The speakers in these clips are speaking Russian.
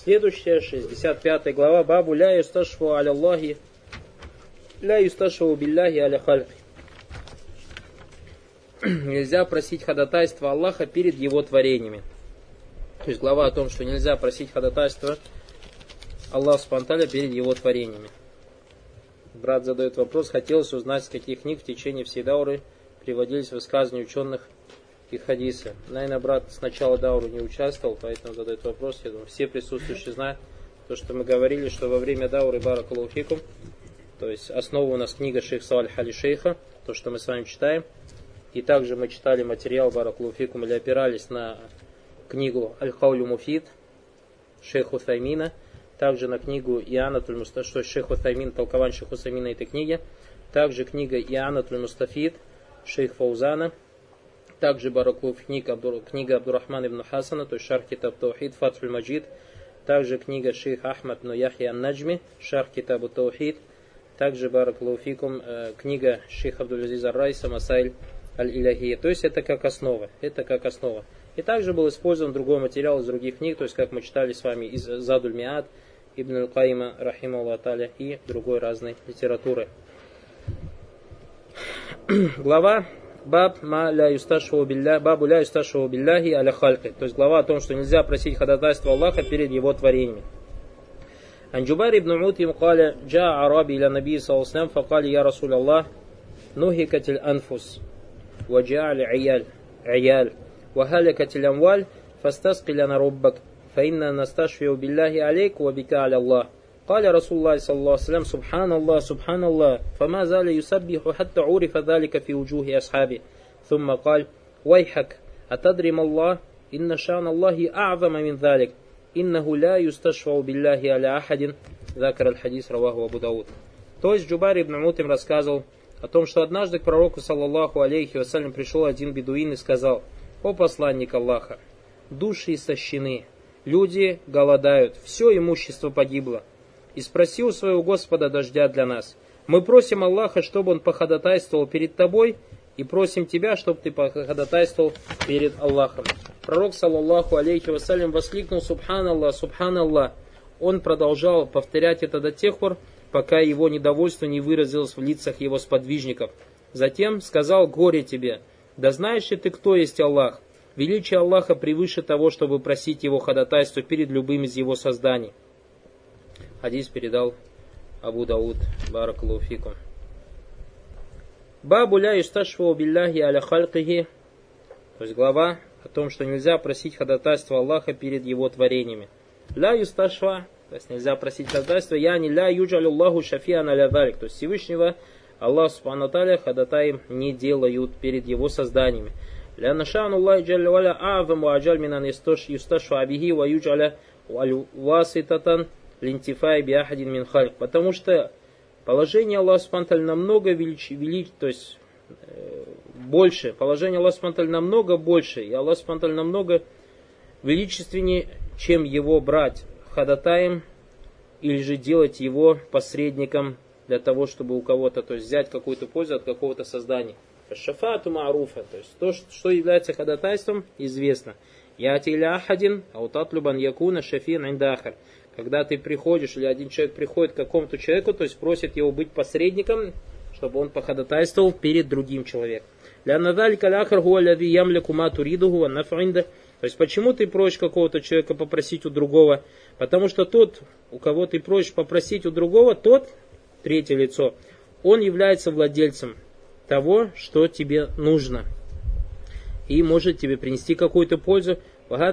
Следующая, 65 глава, бабу ля юсташфу аля Аллахи, ля юсташфу билляхи аля хальки. Нельзя просить ходатайства Аллаха перед его творениями. То есть глава о том, что нельзя просить ходатайства Аллаха субхану ва тааля перед его творениями. Брат задает вопрос, хотелось узнать, с каких книг в течение всей дауры приводились высказывания ученых и хадисы. Наверное, брат сначала дауры не участвовал, поэтому задает вопрос. Я думаю, все присутствующие знают то, что мы говорили, что во время дауры баракаллаху фикум, то есть основа у нас книга шейх Салих аль-Шейха, то, что мы с вами читаем. И также мы читали материал баракаллаху фикум или опирались на книгу Аль-Каулю Муфид шейха Уthаймина, также на книгу Ианатуль Мустафид, что шейх Уthаймин, толкование шейха Уthаймина этой книги, также книга Ианатуль Мустафид шейх Фаузана, также баракаллаху книга Абдурахмана ибн Хасана, то есть Шарх Китаб Таухид, Фатхуль Маджид, также книга шейх Ахмад ибн Яхья ан-Наджми, Шарх Китаб Таухид, также баракаллаху фикум книга шейх Абдул-Азиз ар-Райса Масайль аль-Иляхия. То есть это как основа. И также был использован другой материал из других книг, то есть как мы читали с вами из Задуль Миад, Ибн аль-Каима, рахимахуллах та'аля, и другой разной литературы. Глава Бабу ля юсташфу билляхи аля хальки. То есть глава о том, что нельзя просить ходатайства Аллаха перед его творениями. Ан Джубайр ибн Мутим قال جاء عربي إلى النبي صلى الله عليه وسلم فقال يا رسول الله نهكت الأنفس وجاء العيال وهلكت الأموال فاستسقي لنا ربك فإننا نستشفع بالله عليك وبك على الله. قال رسول الله صلى الله عليه وسلم سبحان الله فما زال يسبح حتى عرف ذلك في وجوه أصحابه ثم قال ويحك أتدري ما الله إن شأن الله أعظم من ذلك إنه لا يستشفع بالله على أحد ذكر الحديث رواه أبو داود. То есть Джубайр ибн Мутим рассказывал о том, что однажды к пророку саллаллаху алейхи вассалям пришел один бедуин и сказал: «О посланник Аллаха, души истощены, люди голодают, все имущество погибло. И спроси у своего Господа дождя для нас. Мы просим Аллаха, чтобы он походатайствовал перед тобой, и просим тебя, чтобы ты походатайствовал перед Аллахом». Пророк саллаллаху алейхи вассалям воскликнул: «Субханаллах, субханаллах». Он продолжал повторять это до тех пор, пока его недовольство не выразилось в лицах его сподвижников. Затем сказал: «Горе тебе! Да знаешь ли ты, кто есть Аллах? Величие Аллаха превыше того, чтобы просить его ходатайство перед любым из его созданий». Хадис передал Абу Дауд, баракаллаху фикум. Бабу ля юсташфу билляхи аля халькихи. То есть глава о том, что нельзя просить ходатайство Аллаха перед его творениями. Ля юсташфа, то есть нельзя просить ходатайство, яни ля юджалю Аллаху шафиан аля залик. То есть Всевышнего Аллах субхану ва тааля ходатаем не делают перед его созданиями. Ля нашану Аллахи джалля валя а'зам ва аджаль минан юсташфа абихи ва юджаля васитатан линтифай биахадин мин хальк. Потому что положение Аллаха субхану ва тааля намного то есть больше. Положение Аллаха субхану ва тааля намного больше. И Аллах субхану ва тааля намного величественнее, чем его брать ходатаем или же делать его посредником для того, чтобы у кого-то, то есть взять какую-то пользу от какого-то создания. Шафаату мааруфа, то есть то, что является ходатайством, известно. Яти иля ахадин аутатлюбан якуна шафин индахар. Когда ты приходишь, или один человек приходит к какому-то человеку, то есть просит его быть посредником, чтобы он походатайствовал перед другим человеком. То есть почему ты просишь какого-то человека попросить у другого? Потому что тот, у кого ты просишь попросить у другого, тот, третье лицо, он является владельцем того, что тебе нужно. И может тебе принести какую-то пользу. А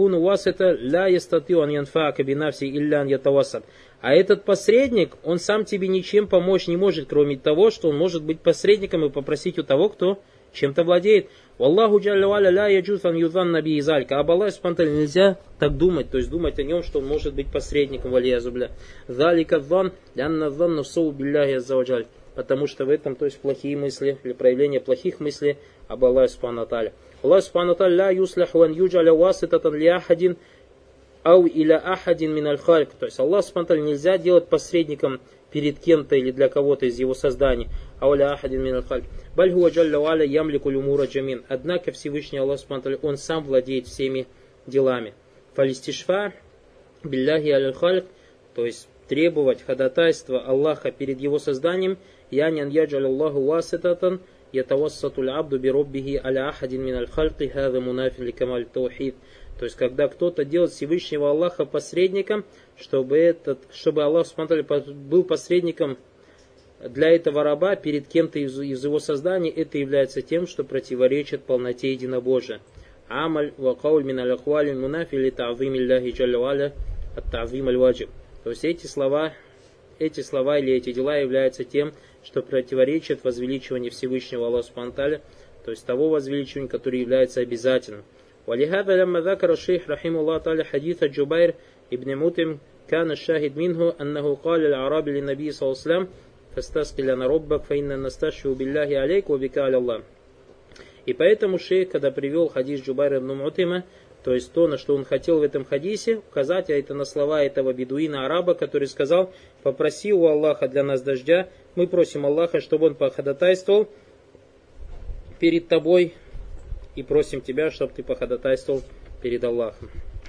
этот посредник, он сам тебе ничем помочь не может, кроме того, что он может быть посредником и попросить у того, кто чем-то владеет. Аллаху джалля валя ля яджуз ан юзанна би изалька. Об Аллахе субхану нельзя так думать, то есть думать о нем, что он может быть посредником, валия зубля. Залика зан лянна занну соу билляхи азза ва джаль. Потому что в этом, то есть плохие мысли, или проявление плохих мыслей об Аллахе субхану тааля. Аллах субхану тааля ля юслиху ан юджаля васитатан ли ахадин ау иля ахадин мин аль-хальк. То есть Аллах субхану тааля нельзя делать посредником перед кем-то или для кого-то из его созданий. Ау иля ахадин мин аль-хальк. Баль хуа джалля ва аля ямлику люмура джамин. Однако Всевышний Аллах субхану тааля, он сам владеет всеми делами. Фалистишфа билляхи аль-хальк, то есть требовать ходатайства Аллаха перед его созданием, янян яджаль Аллаху васитатан, ятавассатуль абду бироббихи аля ахадин мин аль-хальки, хаза мунафин ли камаль таухид. То есть, когда кто-то делает Всевышнего Аллаха посредником, чтобы Аллах был посредником для этого раба перед кем-то из его создания, это является тем, что противоречит полноте единобожия. Амаль ва кауль мин аль-ахвалин мунафи ли та'зим Аллахи джалля ва'аля ат-та'зим аль-ваджиб. То есть эти слова или эти дела являются тем, что противоречит возвеличиванию Всевышнего Аллаха субхану ва тааля, то есть того возвеличивания, которое является обязательным. ولهذا لما ذكر الشيخ رحمه الله تعالى حديث جبير ابن مطعم كان الشاهد منه أنه قال الأعرابي للنبي صلى الله عليه وسلم فاستسقي لنا ربك فإننا نستشفع بالله عليك وبك على الله. И поэтому шейх, когда привел хадис Джубайра ибн Мутима, то есть то, на что он хотел в этом хадисе указать, а это на слова этого бедуина-араба, который сказал: попроси у Аллаха для нас дождя, мы просим Аллаха, чтобы он походатайствовал перед тобой, и просим тебя, чтобы ты походатайствовал перед Аллахом.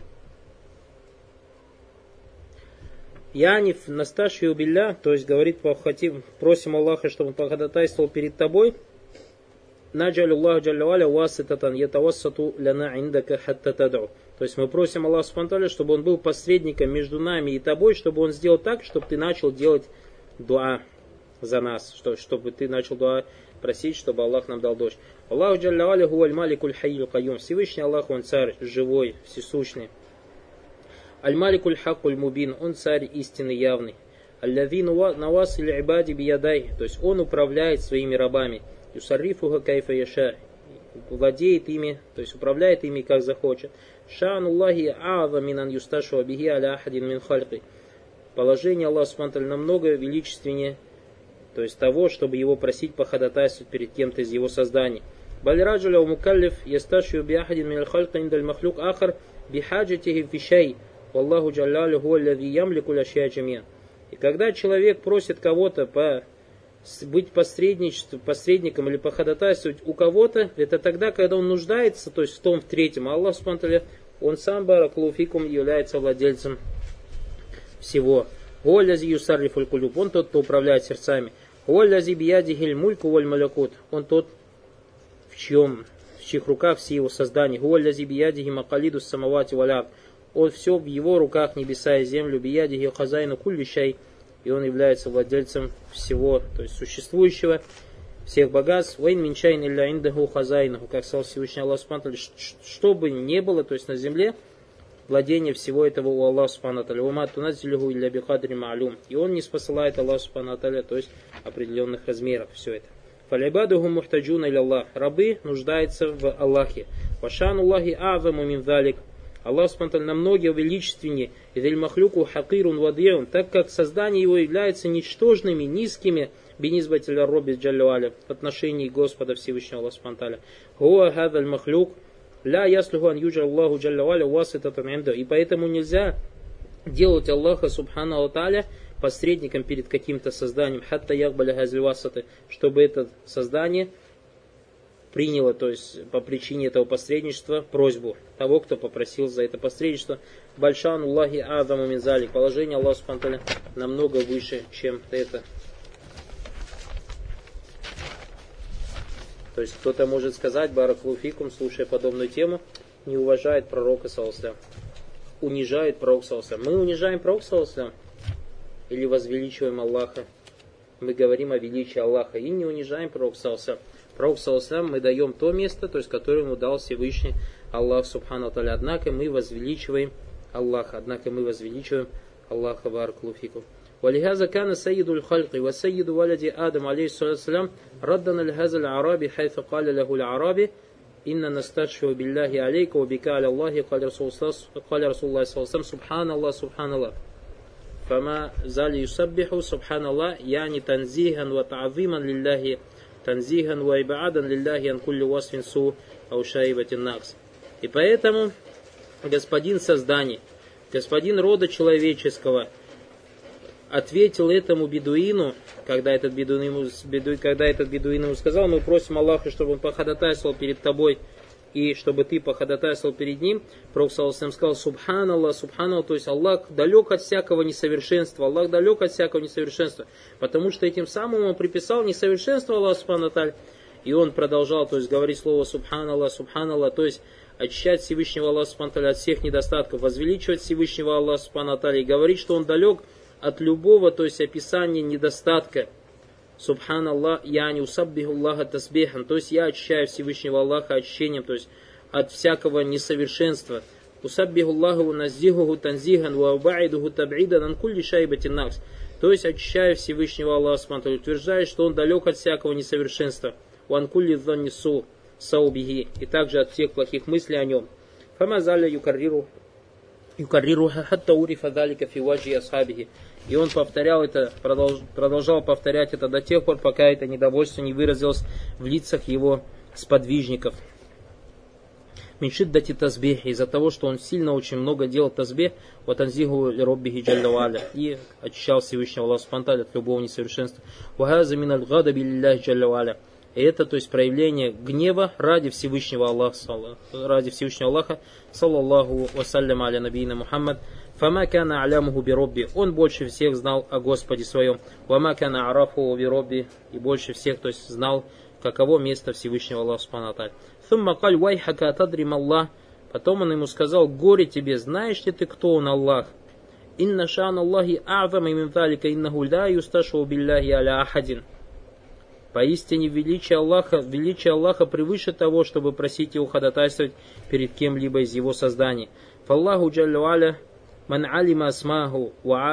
Яниф насташию билля, то есть говорит, просим Аллаха, чтобы он походатайствовал перед тобой. Наджалю Аллаху джалля ва'аля васитатан ятавассату ляна индака хатта тад'у. То есть мы просим Аллаха субхану ва тааля, чтобы он был посредником между нами и тобой, чтобы он сделал так, чтобы ты начал делать дуа за нас, чтобы ты начал дуа просить, чтобы Аллах нам дал дождь. Аллаху джалля ва'аля хуаль маликуль хайюль кайюм. Всевышний Аллах, он царь живой, всесущный. Аль-маликуль хакуль мубин, он царь истинный явный. Аль-лави навас или ибади биядай, то есть он управляет своими рабами. Юсаррифуха кайфа яша, владеет ими, то есть управляет ими как захочет. Ша'ануллахи а'аза минан юсташу абихи аля ахадин мин хальки. Положение Аллаха субхану ва тааля намного величественнее, то есть того, чтобы его просить походатайствовать перед кем-то из его созданий. Балираджуля у мукаллиф ясташию биахадин мин аль-халька индаль махлюк ахар бихаджатихи фишай. Аллаху джаллалю хуа аллази ямлику ляшья джамия. И когда человек просит кого-то быть посредником или походатайствовать у кого-то, это тогда, когда он нуждается, то есть в том, в третьем. А Аллах субхану ва тааля, он сам баракалуфикум является владельцем всего. Хуа аллази юсаррифуль кулюб, он тот, кто управляет сердцами. Хуа аллази биядихиль мульку валь малякут, он тот, в чьих руках все его создания. Хуа аллази биядихи макалиду самавати валяд. Он все в его руках, небеса и землю, биядихи хазайну куль вещай, и он является владельцем всего, то есть существующего, всех богатств. Вайн минчайн илля индаху хазайнаху, как сказал Всевышний Аллах субхану ва тааля, что бы ни было, то есть на земле, владение всего этого у Аллаха субхану ва тааля. Ума туназзилюху илля бикадри ма'люм, и он не спосылает Аллаху субхану ва тааля, то есть определенных размеров, все это. Фалибадуху мухтаджуна илля Аллах, рабы нуждаются в Аллахе. Вашануллахи а'заму мин залик, Аллах субхану ва тааля намного величественнее, идель махлюку хакирун вадиун, так как создания его являются ничтожными, низкими, бинизбателя робби джалля ва'аля, в отношении Господа Всевышнего Аллаха субхану ва тааля. Хуа хадаль махлюк ля яслуху ан юджа Аллаху джалля ва'аля васитатан инда. И поэтому нельзя делать Аллаха субхану ва тааля посредником перед каким-то созданием, хатта якбаля хазль васаты, чтобы это создание приняло, то есть по причине этого посредничества, просьбу того, кто попросил за это посредничество. Бальшан Аллахи Адаму Минзалик. Положение Аллаха субхану ва тааля намного выше, чем это. То есть кто-то может сказать, баракалуфикум, слушая подобную тему, не уважает пророка саллаллаху алейхи ва саллям, унижает пророка саллаллаху алейхи ва саллям. Мы унижаем пророка саллаллаху алейхи ва саллям или возвеличиваем Аллаха? Мы говорим о величии Аллаха и не унижаем пророка саллаллаху алейхи ва саллям. Пророку саллаллаху алейхи ва саллям мы даем то место, то есть которое ему дал Всевышний Аллах субхану ва тааля. Однако мы возвеличиваем Аллаха. Аллаха баракалуфикум. ولهذا كان سيد الخلق وسيد ولد آدم عليه الصلاة والسلام ردنا لهذا العرابي حيث قال له العرابي إن نستشفع بالله عليك وبك على الله قال رسول الله صلى الله عليه وسلم سبحان الله فما زال يسبح سبحان الله يعني تنزيها وتعظيما لله تنزيها وإبعادا لله عن كل وصف سوء أو شائبة النقص. И поэтому господин создания, господин рода человеческого ответил этому бедуину, когда этот бедуин ему сказал: мы просим Аллаха, чтобы он походатайствовал перед тобой и чтобы ты походатайствовал перед ним, Пророк ﷺ сказал: Субханаллах, Субханаллах, то есть Аллах далек от всякого несовершенства, Аллах далек от всякого несовершенства, потому что этим самым он приписал несовершенство Аллаху Субхану ва Тааля. И он продолжал, то есть говорить слово Субханаллах, Субханаллах, то есть очищать Всевышнего Аллаха Субхану ва Тааля от всех недостатков, возвеличивать Всевышнего Аллаха Субхану ва Тааля и говорить, что он далек от любого, то есть описания недостатка. Субханаллах, я не усаббиху Аллаха тасбихан, то есть я очищаю Всевышнего Аллаха очищением, то есть от всякого несовершенства. Усаббиху Аллаху наздихуху танзихан ва убаидуху табидан ан кулли шайбатин накс, то есть очищаю Всевышнего Аллаха Субхану ва Тааля, утверждаю, что он далек от всякого несовершенства. Ва ан кулли дhanнису саубихи, и также от всех плохих мыслей о нем. Фамазаля юкаррируха хатта урифа далика фи ваджи асхабихи. И он повторял это, продолжал повторять это до тех пор, пока это недовольство не выразилось в лицах его сподвижников. Миншиддати тазбих, из-за того, что он сильно очень много делал тазбих, ватанзиху роббихи джалля ва аля, и очищал Всевышнего Аллаха Субхану ва Тааля от любого несовершенства. Вахаза миналь гадаби лилляхи джалля ва аля. И это, то есть, проявление гнева ради Всевышнего Аллаха, саллаллаху вассалям аля набийна Мухаммад. Фама кана алямуху биробби, он больше всех знал о Господе своем. Вама кана арафу биробби, и больше всех, то есть, знал, каково место Всевышнего Аллаха Субхану ва Тааля. Thumма каль вайхака тадрим Аллах. Потом он ему сказал: горе тебе, знаешь ли ты, кто он Аллах? Инна ша'ан Аллахи а'зама мин залика, иннаху ла юсташу билляхи аля ахадин. Поистине величие Аллаха превыше того, чтобы просить его ходатайствовать перед кем-либо из его созданий. Фаллаху джалля ва аля ман алима асмаху ва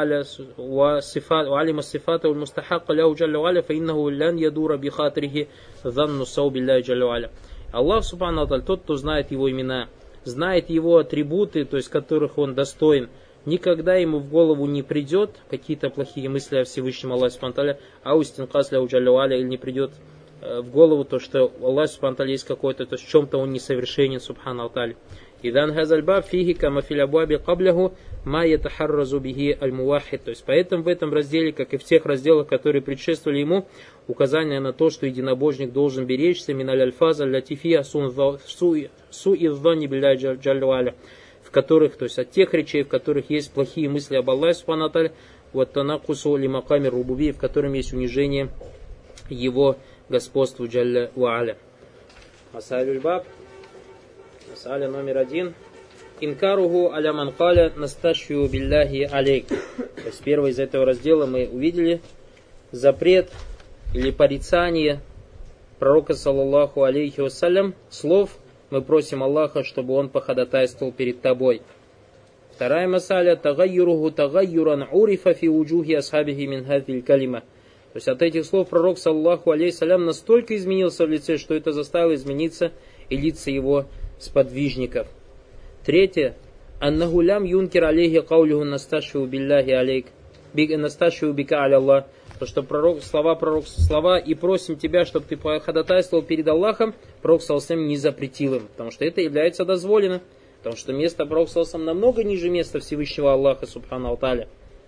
алима сифата ва мустахакка ляху джалля ва аля, фа иннаху лян ядура би хатрихи занну сау билляхи джалля ва аля. Аллах Субхану ва Тааля, тот, кто знает его имена, знает его атрибуты, то есть которых он достоин, никогда ему в голову не придет какие-то плохие мысли о Всевышнем Аллахе Субхану ва Тааля, аустин касля уджалля ва аля, или не придет в голову то, что Аллах Субхану ва Тааля есть какой-то, то есть в чем-то он несовершенен, Субхану ва Тааля. Идан хазальба фихи кама фил абуаби кабляху ма ятахарразу бихи аль-мувахид. То есть поэтому в этом разделе, как и в тех разделах, которые предшествовали ему, указание на то, что единобожник должен беречься миналь альфаза латифия су'иддани билляхи джалля ва аля, в которых, то есть от тех речей, в которых есть плохие мысли об Аллахе Субхану ва Тааля, вот танакусу ли маками рубуби, в котором есть унижение его господству джалля ва аля. Масалюль баб. Масаля номер 1. Инкаругу аля ман каля насташфию билляхи алейк. То есть первый из этого раздела мы увидели запрет или порицание пророка саллаллаху алейхи вассалям слов: мы просим Аллаха, чтобы он походатайствовал перед тобой. Вторая масаля: тагайюругу тагайюран урифа фи уджухи асхабихи мин хазиль калима. То есть от этих слов пророк саллаллаху алейхи вассалям настолько изменился в лице, что это заставило измениться и лица его сподвижников. Третье. Аннаху лям юнкир алейхи каулюху насташфию билляхи алейк, насташфию бика аля Аллах. То, что слова и просим тебя, чтобы ты походатайствовал перед Аллахом, пророк саллаллаху не запретил им, потому что это является дозволено, потому что место пророка саллаллаху намного ниже места Всевышнего Аллаха Субхану ва Тааля.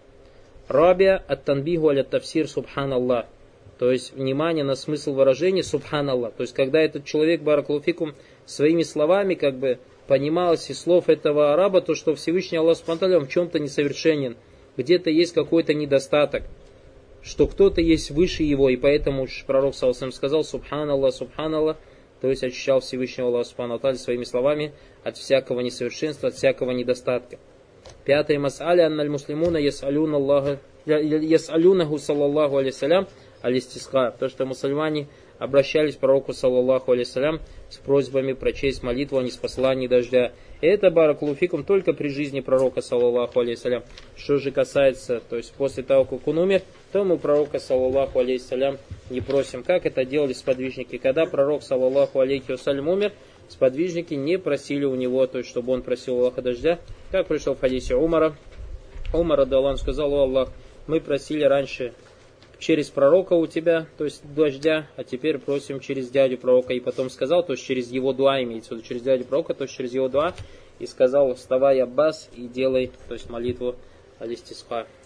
Рабия ат-танбиху аля тафсир Субханаллах. То есть внимание на смысл выражения Субханаллах. То есть когда этот человек, баракалуфикум, своими словами как бы понималось из слов этого араба, то что Всевышний Аллах Субхану ва Тааля в чем-то несовершенен, где-то есть какой-то недостаток, что кто-то есть выше его, и поэтому пророк саллаллаху сказал Субханаллах, Субханаллах, то есть очищал Всевышнего Аллаха Субхану ва Тааля своими словами от всякого несовершенства, от всякого недостатка. Пятая мас'аля: анналь муслимуна яс'алюнаху саллаллаху алейхи салям аль-истисқа. То, что мусульмане обращались к пророку саллаллаху алейхи салям с просьбами прочесть молитву о ниспослании дождя. И это, баракалуфикум, только при жизни пророка саллаллаху алейхи салям. Что же касается, то есть после того, как он умер, то мы пророка саллаллаху алейхи салям не просим. Как это делали сподвижники? Когда пророк саллаллаху алейхи салям умер, сподвижники не просили у него, то есть чтобы он просил Аллаха дождя. Как пришел в хадисе Умара. Умар радиаллаху сказал: о Аллах, мы просили раньше через пророка у тебя, то есть дождя, а теперь просим через дядю пророка. И потом сказал, то есть через его дуа, имеется в виду через дядю пророка, то есть через его дуа, и сказал: вставай, Аббас, и делай, то есть молитву аль-истисқа.